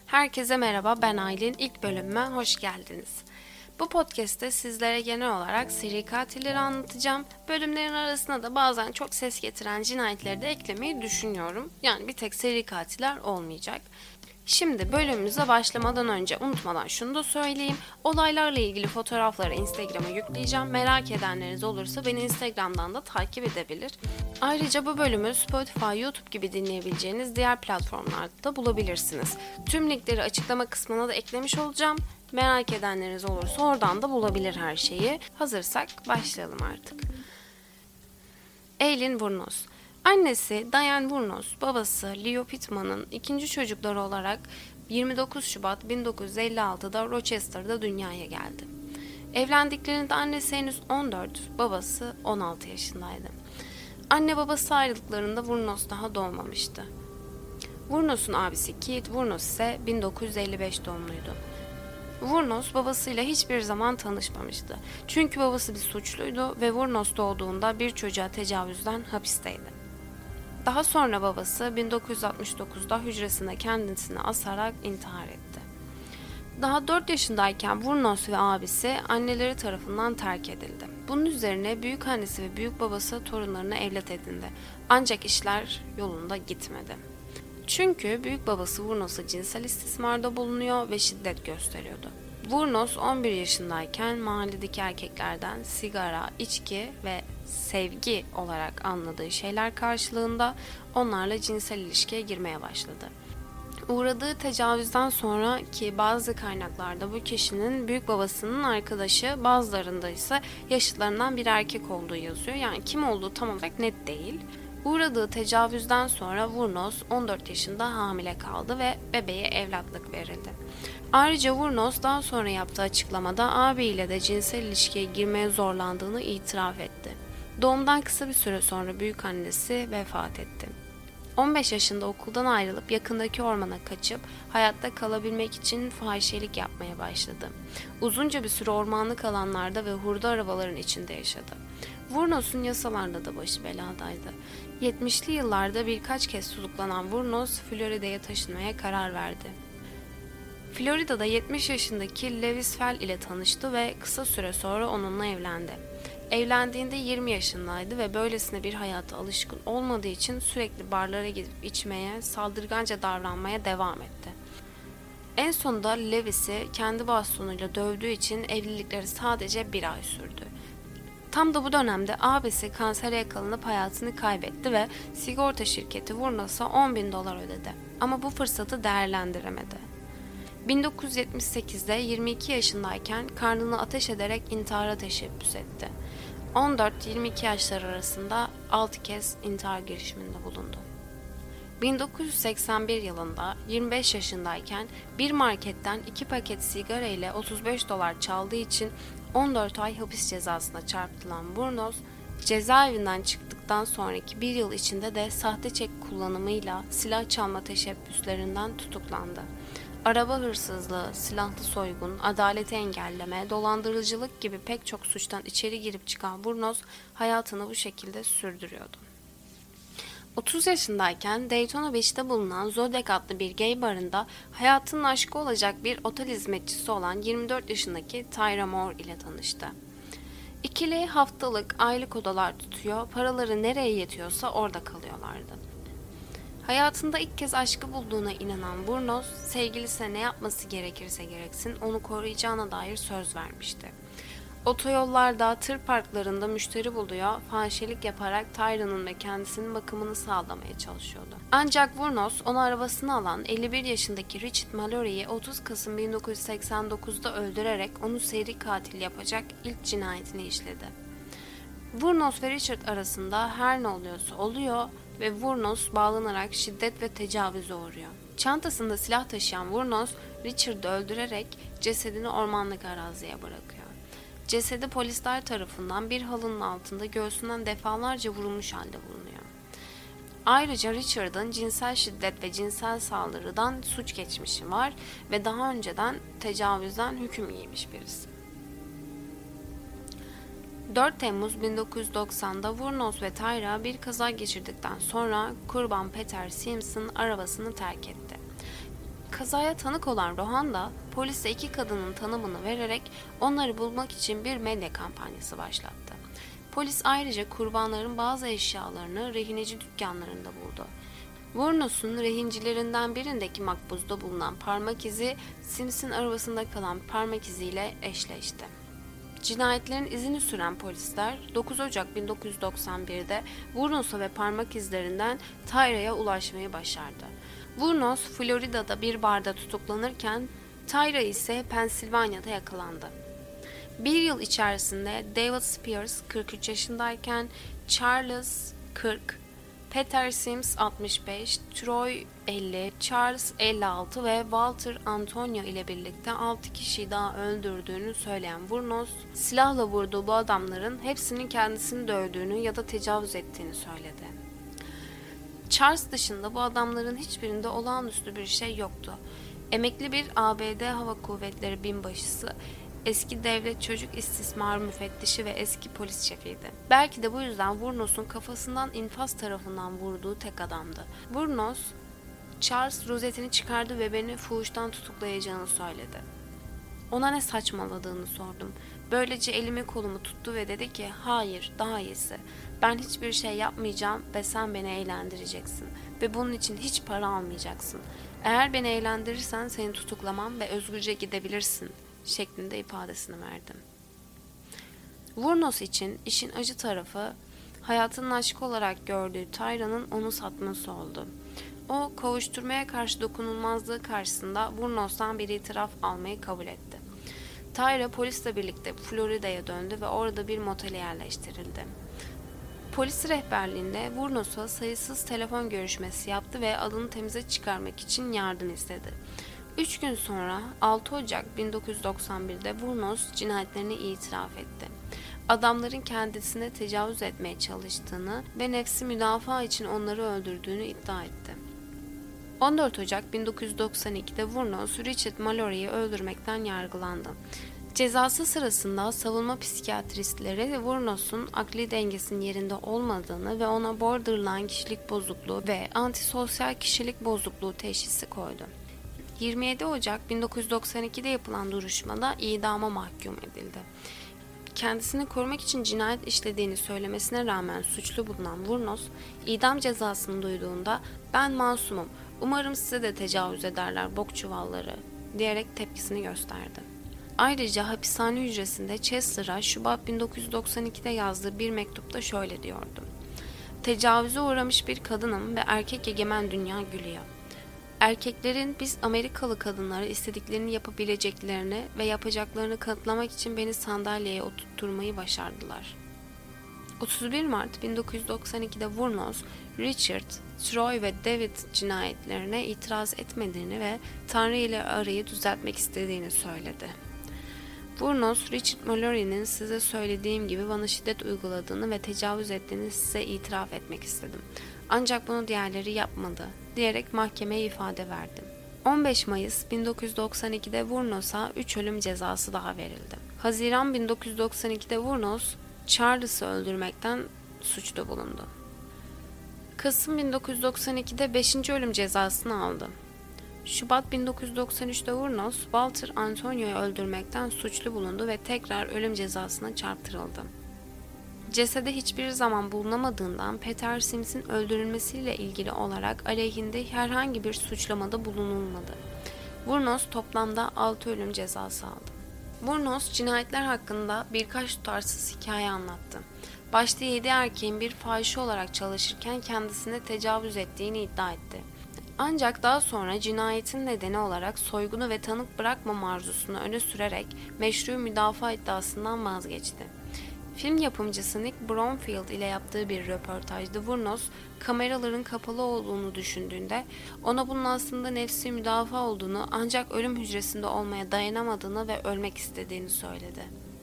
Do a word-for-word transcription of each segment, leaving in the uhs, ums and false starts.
Herkese merhaba, ben Aylin. İlk bölümüme hoş geldiniz. Bu podcast'te sizlere genel olarak seri katilleri anlatacağım. Bölümlerin arasına da bazen çok ses getiren cinayetleri de eklemeyi düşünüyorum. Yani bir tek seri katiller olmayacak. Şimdi bölümümüze başlamadan önce unutmadan şunu da söyleyeyim. Olaylarla ilgili fotoğrafları Instagram'a yükleyeceğim. Merak edenleriniz olursa beni Instagram'dan da takip edebilir. Ayrıca bu bölümü Spotify, YouTube gibi dinleyebileceğiniz diğer platformlarda da bulabilirsiniz. Tüm linkleri açıklama kısmına da eklemiş olacağım. Merak edenleriniz olursa oradan da bulabilir her şeyi. Hazırsak başlayalım artık. Eileen Wuornos. Annesi Diane Wuornos, babası Leo Pittman'ın ikinci çocukları olarak yirmi dokuz Şubat bin dokuz yüz elli altıda Rochester'da dünyaya geldi. Evlendiklerinde annesi henüz on dört, babası on altı yaşındaydı. Anne babası ayrıldıklarında Wuornos daha doğmamıştı. Wuornos'un abisi Keith Wuornos ise bin dokuz yüz elli beş doğumluydu. Wuornos babasıyla hiçbir zaman tanışmamıştı. Çünkü babası bir suçluydu ve Wuornos doğduğunda bir çocuğa tecavüzden hapisteydi. Daha sonra babası bin dokuz yüz altmış dokuzda hücresinde kendisini asarak intihar etti. Daha dört yaşındayken Wuornos ve abisi anneleri tarafından terk edildi. Bunun üzerine büyükannesi ve büyükbabası torunlarını evlat edindi. Ancak işler yolunda gitmedi. Çünkü büyükbabası Wuornos'a cinsel istismarda bulunuyor ve şiddet gösteriyordu. Wuornos on bir yaşındayken mahalledeki erkeklerden sigara, içki ve sevgi olarak anladığı şeyler karşılığında onlarla cinsel ilişkiye girmeye başladı. Uğradığı tecavüzden sonra ki bazı kaynaklarda bu kişinin büyük babasının arkadaşı, bazılarında ise yaşıtlarından bir erkek olduğu yazıyor. Yani kim olduğu tam olarak net değil. Uğradığı tecavüzden sonra Wuornos on dört yaşında hamile kaldı ve bebeğe evlatlık verildi. Ayrıca Wuornos daha sonra yaptığı açıklamada abiyle de cinsel ilişkiye girmeye zorlandığını itiraf etti. Doğumdan kısa bir süre sonra büyükannesi vefat etti. on beş yaşında okuldan ayrılıp yakındaki ormana kaçıp hayatta kalabilmek için fahişelik yapmaya başladı. Uzunca bir süre ormanlık alanlarda ve hurda arabaların içinde yaşadı. Wuornos'un yasalarla da başı beladaydı. yetmişli yıllarda birkaç kez tutuklanan Wuornos, Florida'ya taşınmaya karar verdi. Florida'da yetmiş yaşındaki Lewis Fell ile tanıştı ve kısa süre sonra onunla evlendi. Evlendiğinde yirmi yaşındaydı ve böylesine bir hayata alışkın olmadığı için sürekli barlara gidip içmeye, saldırganca davranmaya devam etti. En sonunda Lewis'i kendi bastonuyla dövdüğü için evlilikleri sadece bir ay sürdü. Tam da bu dönemde abisi kansere yakalanıp hayatını kaybetti ve sigorta şirketi Wuornos'a on bin dolar ödedi. Ama bu fırsatı değerlendiremedi. bin dokuz yüz yetmiş sekizde yirmi iki yaşındayken karnını ateş ederek intihara teşebbüs etti. on dört yirmi iki yaşlar arasında altı kez intihar girişiminde bulundu. bin dokuz yüz seksen bir yılında yirmi beş yaşındayken bir marketten iki paket sigara ile otuz beş dolar çaldığı için on dört ay hapis cezasına çarpıtılan Wuornos, cezaevinden çıktıktan sonraki bir yıl içinde de sahte çek kullanımıyla silah çalma teşebbüslerinden tutuklandı. Araba hırsızlığı, silahlı soygun, adaleti engelleme, dolandırıcılık gibi pek çok suçtan içeri girip çıkan Wuornos hayatını bu şekilde sürdürüyordu. otuz yaşındayken Daytona Beach'te bulunan Zodiac adlı bir gay barında hayatının aşkı olacak bir otel hizmetçisi olan yirmi dört yaşındaki Tyra Moore ile tanıştı. İkili haftalık, aylık odalar tutuyor, paraları nereye yetiyorsa orada kalıyorlardı. Hayatında ilk kez aşkı bulduğuna inanan Wuornos, sevgilisine ne yapması gerekirse gereksin onu koruyacağına dair söz vermişti. Otoyollarda, tır parklarında müşteri buluyor, fahişelik yaparak Tyra'nın ve kendisinin bakımını sağlamaya çalışıyordu. Ancak Wuornos onu arabasına alan elli bir yaşındaki Richard Mallory'i otuz Kasım bin dokuz yüz seksen dokuzda öldürerek onu seri katil yapacak ilk cinayetini işledi. Wuornos ve Richard arasında her ne oluyorsa oluyor ve Wuornos bağlanarak şiddet ve tecavüze uğruyor. Çantasında silah taşıyan Wuornos, Richard'ı öldürerek cesedini ormanlık araziye bırakıyor. Cesedi polisler tarafından bir halının altında göğsünden defalarca vurulmuş halde bulunuyor. Ayrıca Richard'ın cinsel şiddet ve cinsel saldırıdan suç geçmişi var ve daha önceden tecavüzden hüküm giymiş birisi. dört Temmuz bin dokuz yüz doksanda Wuornos ve Tyra bir kaza geçirdikten sonra kurban Peter Simpson arabasını terk etti. Kazaya tanık olan Rohanda, polise iki kadının tanımını vererek onları bulmak için bir medya kampanyası başlattı. Polis ayrıca kurbanların bazı eşyalarını rehineci dükkanlarında buldu. Vurnos'un rehincilerinden birindeki makbuzda bulunan parmak izi, Sims'in arabasında kalan parmak iziyle eşleşti. Cinayetlerin izini süren polisler dokuz Ocak bin dokuz yüz doksan bir'de Vurnos'a ve parmak izlerinden Tyra'ya ulaşmayı başardı. Vurnos, Florida'da bir barda tutuklanırken Tyra ise Pensilvanya'da yakalandı. Bir yıl içerisinde David Spears kırk üç yaşındayken Charles kırk, Peter Sims altmış beş, Troy elli, Charles elli altı ve Walter Antonio ile birlikte altı kişiyi daha öldürdüğünü söyleyen Vurnos, silahla vurduğu bu adamların hepsinin kendisini dövdüğünü ya da tecavüz ettiğini söyledi. Charles dışında bu adamların hiçbirinde olağanüstü bir şey yoktu. Emekli bir A B D Hava Kuvvetleri binbaşısı, eski devlet çocuk istismarı müfettişi ve eski polis şefiydi. Belki de bu yüzden Vurnos'un kafasından infaz tarafından vurduğu tek adamdı. Vurnos, Charles rozetini çıkardı ve beni fuhuştan tutuklayacağını söyledi. Ona ne saçmaladığını sordum. Böylece elimi kolumu tuttu ve dedi ki, hayır, daha iyisi. Ben hiçbir şey yapmayacağım ve sen beni eğlendireceksin. Ve bunun için hiç para almayacaksın. Eğer beni eğlendirirsen seni tutuklamam ve özgürce gidebilirsin şeklinde ifadesini verdim. Vurnos için işin acı tarafı, hayatının aşkı olarak gördüğü Tyra'nın onu satması oldu. O, kovuşturmaya karşı dokunulmazlığı karşısında Vurnos'tan bir itiraf almayı kabul etti. Tyra polisle birlikte Florida'ya döndü ve orada bir motele yerleştirildi. Polis rehberliğinde Vurnos'a sayısız telefon görüşmesi yaptı ve adını temize çıkarmak için yardım istedi. Üç gün sonra altı Ocak bin dokuz yüz doksan bir'de Vurnos cinayetlerini itiraf etti. Adamların kendisine tecavüz etmeye çalıştığını ve nefsi müdafaa için onları öldürdüğünü iddia etti. on dört Ocak bin dokuz yüz doksan iki'de Vurnos, Richard Mallory'i öldürmekten yargılandı. Cezası sırasında savunma psikiyatristleri Vurnos'un akli dengesinin yerinde olmadığını ve ona borderline kişilik bozukluğu ve antisosyal kişilik bozukluğu teşhisi koydu. yirmi yedi Ocak bin dokuz yüz doksan iki'de yapılan duruşmada idama mahkum edildi. Kendisini korumak için cinayet işlediğini söylemesine rağmen suçlu bulunan Vurnos, idam cezasını duyduğunda "Ben masumum, umarım size de tecavüz ederler bok çuvalları" diyerek tepkisini gösterdi. Ayrıca hapishane hücresinde Chesler'a Şubat bin dokuz yüz doksan iki'de yazdığı bir mektupta şöyle diyordu: "Tecavüze uğramış bir kadınım ve erkek egemen dünya gülüyor. Erkeklerin biz Amerikalı kadınlara istediklerini yapabileceklerini ve yapacaklarını kanıtlamak için beni sandalyeye oturtturmayı başardılar." otuz bir Mart bin dokuz yüz doksan iki'de Vurnos, Richard, Troy ve David cinayetlerine itiraz etmediğini ve Tanrı ile arayı düzeltmek istediğini söyledi. Vurnos, Richard Mallory'nin "Size söylediğim gibi bana şiddet uyguladığını ve tecavüz ettiğini size itiraf etmek istedim. Ancak bunu diğerleri yapmadı" diyerek mahkemeye ifade verdi. on beş Mayıs bin dokuz yüz doksan iki'de Vurnos'a üç ölüm cezası daha verildi. Haziran bin dokuz yüz doksan iki'de Vurnos, Charles'ı öldürmekten suçlu bulundu. Kasım bin dokuz yüz doksan iki'de beşinci ölüm cezasını aldı. Şubat bin dokuz yüz doksan üç'te Vurnos, Walter Antonio'yu öldürmekten suçlu bulundu ve tekrar ölüm cezasına çarptırıldı. Cesedi hiçbir zaman bulunamadığından Peter Sims'in öldürülmesiyle ilgili olarak aleyhinde herhangi bir suçlamada bulunulmadı. Vurnos toplamda altı ölüm cezası aldı. Vurnos, cinayetler hakkında birkaç tutarsız hikaye anlattı. Başta yedi erkeğin bir fahişe olarak çalışırken kendisine tecavüz ettiğini iddia etti. Ancak daha sonra cinayetin nedeni olarak soygunu ve tanık bırakmama arzusunu öne sürerek meşru müdafaa iddiasından vazgeçti. Film yapımcısı Nick Bromfield ile yaptığı bir röportajda Vurnos, kameraların kapalı olduğunu düşündüğünde ona bunun aslında nefsi müdafaa olduğunu, ancak ölüm hücresinde olmaya dayanamadığını ve ölmek istediğini söyledi.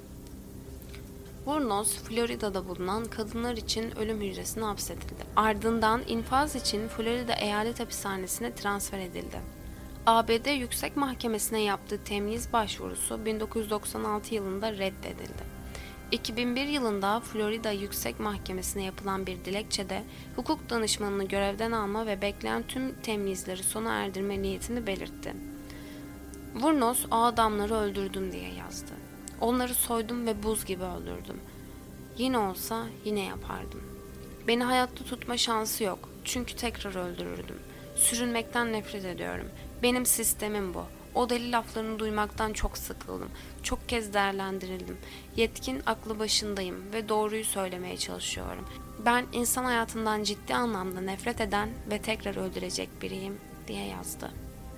Vurnos, Florida'da bulunan kadınlar için ölüm hücresine hapsedildi. Ardından infaz için Florida Eyalet Hapishanesi'ne transfer edildi. A B D Yüksek Mahkemesi'ne yaptığı temyiz başvurusu bin dokuz yüz doksan altı yılında reddedildi. iki bin bir yılında Florida Yüksek Mahkemesi'ne yapılan bir dilekçede hukuk danışmanını görevden alma ve bekleyen tüm temyizleri sona erdirme niyetini belirtti. Vurnos o adamları öldürdüm diye yazdı. Onları soydum ve buz gibi öldürdüm. Yine olsa yine yapardım. Beni hayatta tutma şansı yok. Çünkü tekrar öldürürdüm. Sürünmekten nefret ediyorum. Benim sistemim bu. O deli laflarını duymaktan çok sıkıldım. Çok kez değerlendirildim. Yetkin, aklı başındayım ve doğruyu söylemeye çalışıyorum. Ben insan hayatından ciddi anlamda nefret eden ve tekrar öldürecek biriyim diye yazdı.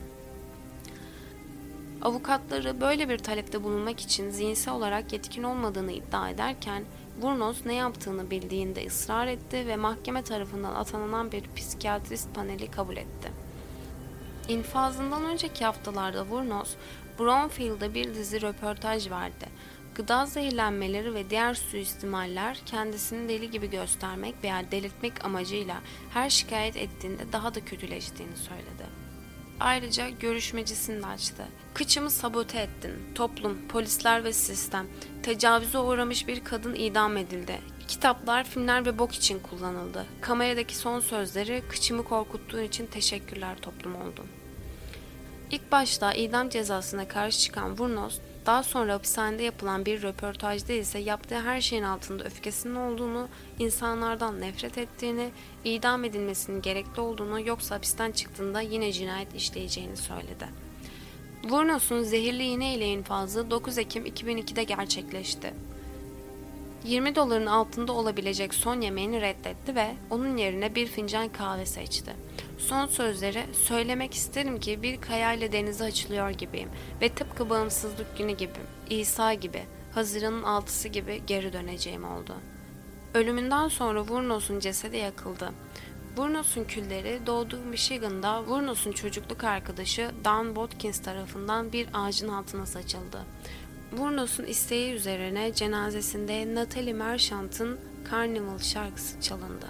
Avukatları böyle bir talepte bulunmak için zihinsel olarak yetkin olmadığını iddia ederken, Vurnos ne yaptığını bildiğinde ısrar etti ve mahkeme tarafından atananan bir psikiyatrist paneli kabul etti. İnfazından önceki haftalarda Vurnos, Brownfield'a bir dizi röportaj verdi. Gıda zehirlenmeleri ve diğer suistimaller kendisini deli gibi göstermek veya delirtmek amacıyla her şikayet ettiğinde daha da kötüleştiğini söyledi. Ayrıca görüşmecisini de açtı. Kıçımı sabote ettin. Toplum, polisler ve sistem. Tecavüze uğramış bir kadın idam edildi. Kitaplar, filmler ve bok için kullanıldı. Kameradaki son sözleri kıçımı korkuttuğun için teşekkürler toplum oldu. İlk başta idam cezasına karşı çıkan Vurnos, daha sonra hapishanede yapılan bir röportajda ise yaptığı her şeyin altında öfkesinin olduğunu, insanlardan nefret ettiğini, idam edilmesinin gerekli olduğunu, yoksa hapisten çıktığında yine cinayet işleyeceğini söyledi. Vurnos'un zehirli iğne ile infazı dokuz Ekim iki bin ikide gerçekleşti. yirmi doların altında olabilecek son yemeğini reddetti ve onun yerine bir fincan kahve seçti. Son sözleri, söylemek isterim ki bir kayayla denize açılıyor gibiyim ve tıpkı bağımsızlık günü gibi, İsa gibi, Haziran'ın altısı gibi geri döneceğim oldu. Ölümünden sonra Vurnos'un cesedi yakıldı. Vurnos'un külleri doğduğu Michigan'da Vurnos'un çocukluk arkadaşı Dan Watkins tarafından bir ağacın altına saçıldı. Vurnos'un isteği üzerine cenazesinde Natalie Merchant'ın Carnival şarkısı çalındı.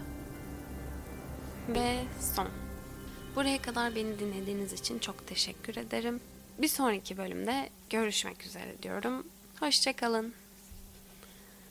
Ve son. Buraya kadar beni dinlediğiniz için çok teşekkür ederim. Bir sonraki bölümde görüşmek üzere diyorum. Hoşça kalın.